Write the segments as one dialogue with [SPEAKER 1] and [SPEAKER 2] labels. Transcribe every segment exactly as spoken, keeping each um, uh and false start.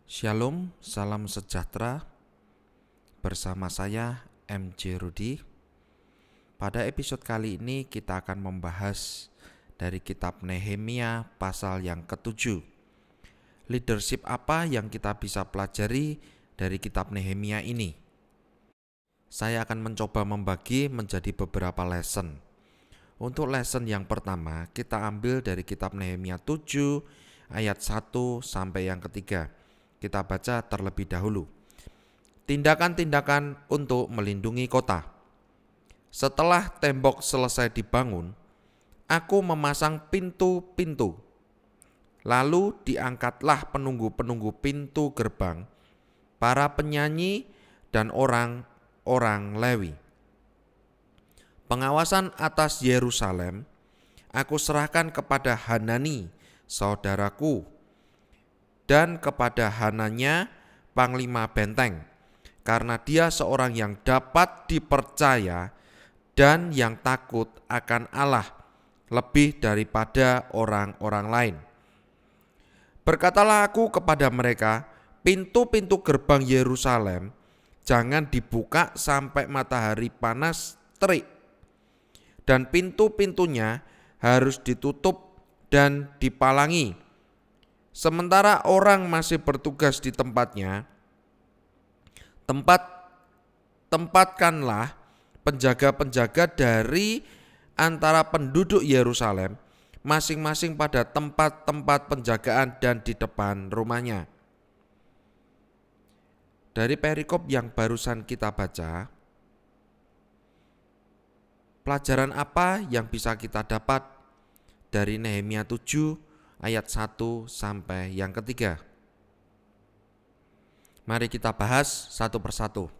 [SPEAKER 1] Shalom, salam sejahtera. Bersama saya M J Rudi. Pada episode kali ini kita akan membahas dari kitab Nehemia pasal yang ketujuh. Leadership apa yang kita bisa pelajari dari kitab Nehemia ini? Saya akan mencoba membagi menjadi beberapa lesson. Untuk lesson yang pertama kita ambil dari kitab Nehemia tujuh ayat satu sampai yang ketiga. Kita baca terlebih dahulu. Tindakan-tindakan untuk melindungi kota. Setelah tembok selesai dibangun, aku memasang pintu-pintu. Lalu diangkatlah penunggu-penunggu pintu gerbang, para penyanyi dan orang-orang Lewi. Pengawasan atas Yerusalem aku serahkan kepada Hanani, saudaraku, dan kepada Hananya, panglima benteng, karena dia seorang yang dapat dipercaya dan yang takut akan Allah lebih daripada orang-orang lain. Berkatalah aku kepada mereka, pintu-pintu gerbang Yerusalem jangan dibuka sampai matahari panas terik, dan pintu-pintunya harus ditutup dan dipalangi. Sementara orang masih bertugas di tempatnya, tempat tempatkanlah penjaga-penjaga dari antara penduduk Yerusalem, masing-masing pada tempat-tempat penjagaan dan di depan rumahnya. Dari perikop yang barusan kita baca, pelajaran apa yang bisa kita dapat dari Nehemia tujuh ayat satu sampai yang ketiga? Mari kita bahas satu persatu.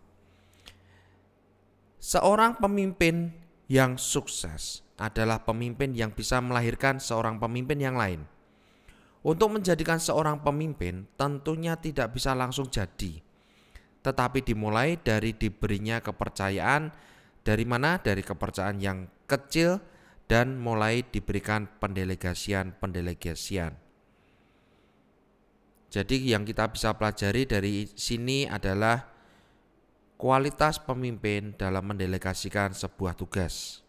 [SPEAKER 1] Seorang pemimpin yang sukses adalah pemimpin yang bisa melahirkan seorang pemimpin yang lain. Untuk menjadikan seorang pemimpin tentunya tidak bisa langsung jadi, tetapi dimulai dari diberinya kepercayaan. Dari mana? Dari kepercayaan yang kecil dan mulai diberikan pendelegasian-pendelegasian. Jadi yang kita bisa pelajari dari sini adalah kualitas pemimpin dalam mendelegasikan sebuah tugas.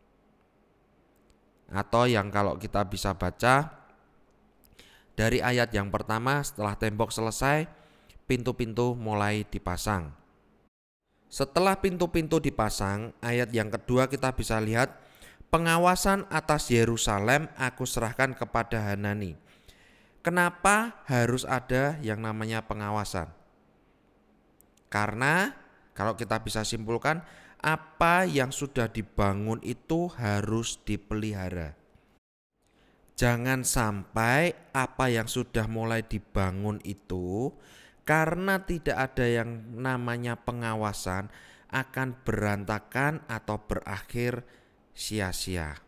[SPEAKER 1] Atau yang kalau kita bisa baca dari ayat yang pertama, setelah tembok selesai, pintu-pintu mulai dipasang. Setelah pintu-pintu dipasang, ayat yang kedua kita bisa lihat, pengawasan atas Yerusalem aku serahkan kepada Hanani. Kenapa harus ada yang namanya pengawasan? Karena kalau kita bisa simpulkan, apa yang sudah dibangun itu harus dipelihara. Jangan sampai apa yang sudah mulai dibangun itu, karena tidak ada yang namanya pengawasan, akan berantakan atau berakhir sia-sia.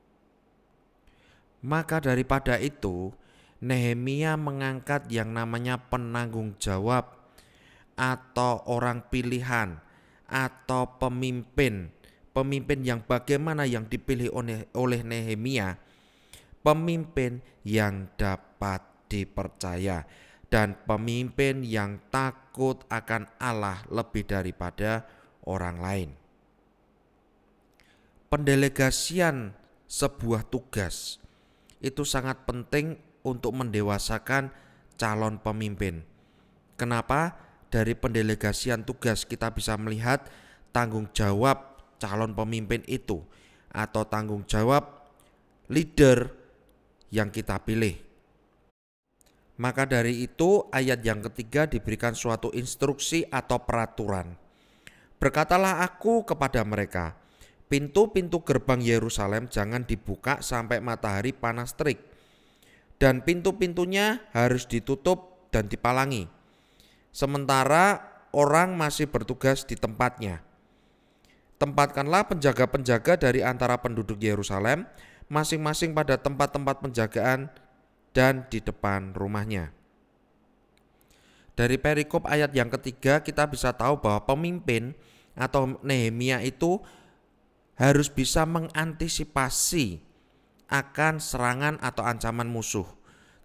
[SPEAKER 1] Maka daripada itu, Nehemia mengangkat yang namanya penanggung jawab atau orang pilihan atau pemimpin. Pemimpin yang bagaimana yang dipilih oleh, oleh Nehemia? Pemimpin yang dapat dipercaya dan pemimpin yang takut akan Allah lebih daripada orang lain. Pendelegasian sebuah tugas itu sangat penting untuk mendewasakan calon pemimpin. Kenapa? Dari pendelegasian tugas kita bisa melihat tanggung jawab calon pemimpin itu atau tanggung jawab leader yang kita pilih. Maka dari itu ayat yang ketiga diberikan suatu instruksi atau peraturan. Berkatalah aku kepada mereka, pintu-pintu gerbang Yerusalem jangan dibuka sampai matahari panas terik, dan pintu-pintunya harus ditutup dan dipalangi. Sementara orang masih bertugas di tempatnya. Tempatkanlah penjaga-penjaga dari antara penduduk Yerusalem, masing-masing pada tempat-tempat penjagaan dan di depan rumahnya. Dari perikop ayat yang ketiga kita bisa tahu bahwa pemimpin atau Nehemia itu harus bisa mengantisipasi akan serangan atau ancaman musuh.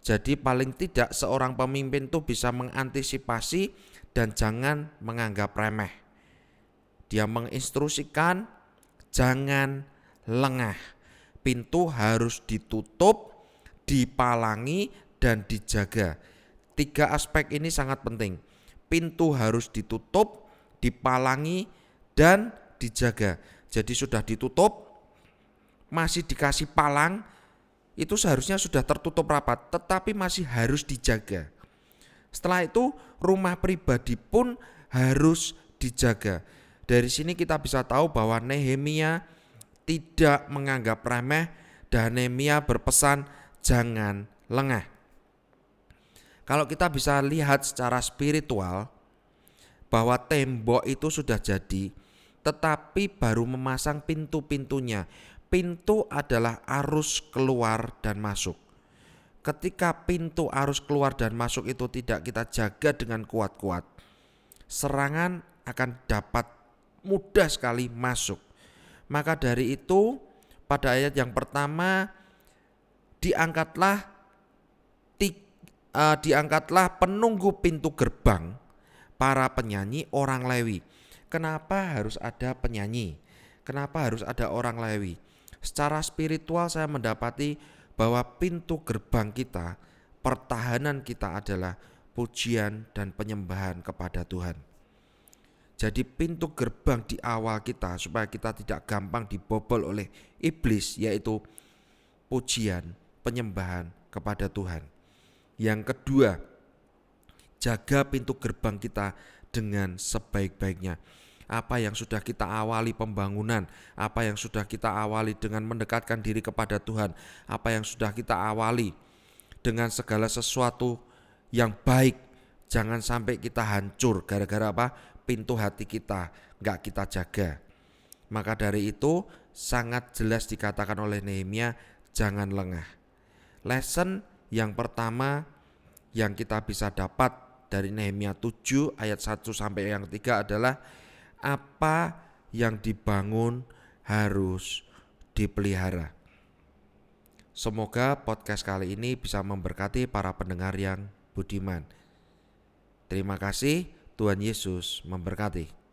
[SPEAKER 1] Jadi paling tidak seorang pemimpin tuh bisa mengantisipasi dan jangan menganggap remeh. Dia menginstruksikan, jangan lengah. Pintu harus ditutup, dipalangi, dan dijaga. Tiga aspek ini sangat penting. Pintu harus ditutup, dipalangi, dan dijaga. Jadi sudah ditutup, masih dikasih palang, itu seharusnya sudah tertutup rapat, tetapi masih harus dijaga. Setelah itu rumah pribadi pun harus dijaga. Dari sini kita bisa tahu bahwa Nehemia tidak menganggap remeh dan Nehemia berpesan jangan lengah. Kalau kita bisa lihat secara spiritual bahwa tembok itu sudah jadi, tetapi baru memasang pintu-pintunya. Pintu adalah arus keluar dan masuk. Ketika pintu arus keluar dan masuk itu tidak kita jaga dengan kuat-kuat, serangan akan dapat mudah sekali masuk. Maka dari itu pada ayat yang pertama diangkatlah uh, diangkatlah penunggu pintu gerbang, para penyanyi orang Lewi. Kenapa harus ada penyanyi? Kenapa harus ada orang Lewi? Secara spiritual saya mendapati bahwa pintu gerbang kita, pertahanan kita adalah pujian dan penyembahan kepada Tuhan. Jadi pintu gerbang di awal kita supaya kita tidak gampang dibobol oleh iblis, yaitu pujian, penyembahan kepada Tuhan. Yang kedua, jaga pintu gerbang kita dengan sebaik-baiknya. Apa yang sudah kita awali pembangunan, apa yang sudah kita awali dengan mendekatkan diri kepada Tuhan, apa yang sudah kita awali dengan segala sesuatu yang baik, jangan sampai kita hancur gara-gara apa? Pintu hati kita gak kita jaga. Maka dari itu sangat jelas dikatakan oleh Nehemia, jangan lengah. Lesson yang pertama yang kita bisa dapat dari Nehemia tujuh ayat satu sampai yang tiga adalah apa yang dibangun harus dipelihara. Semoga podcast kali ini bisa memberkati para pendengar yang budiman. Terima kasih, Tuhan Yesus memberkati.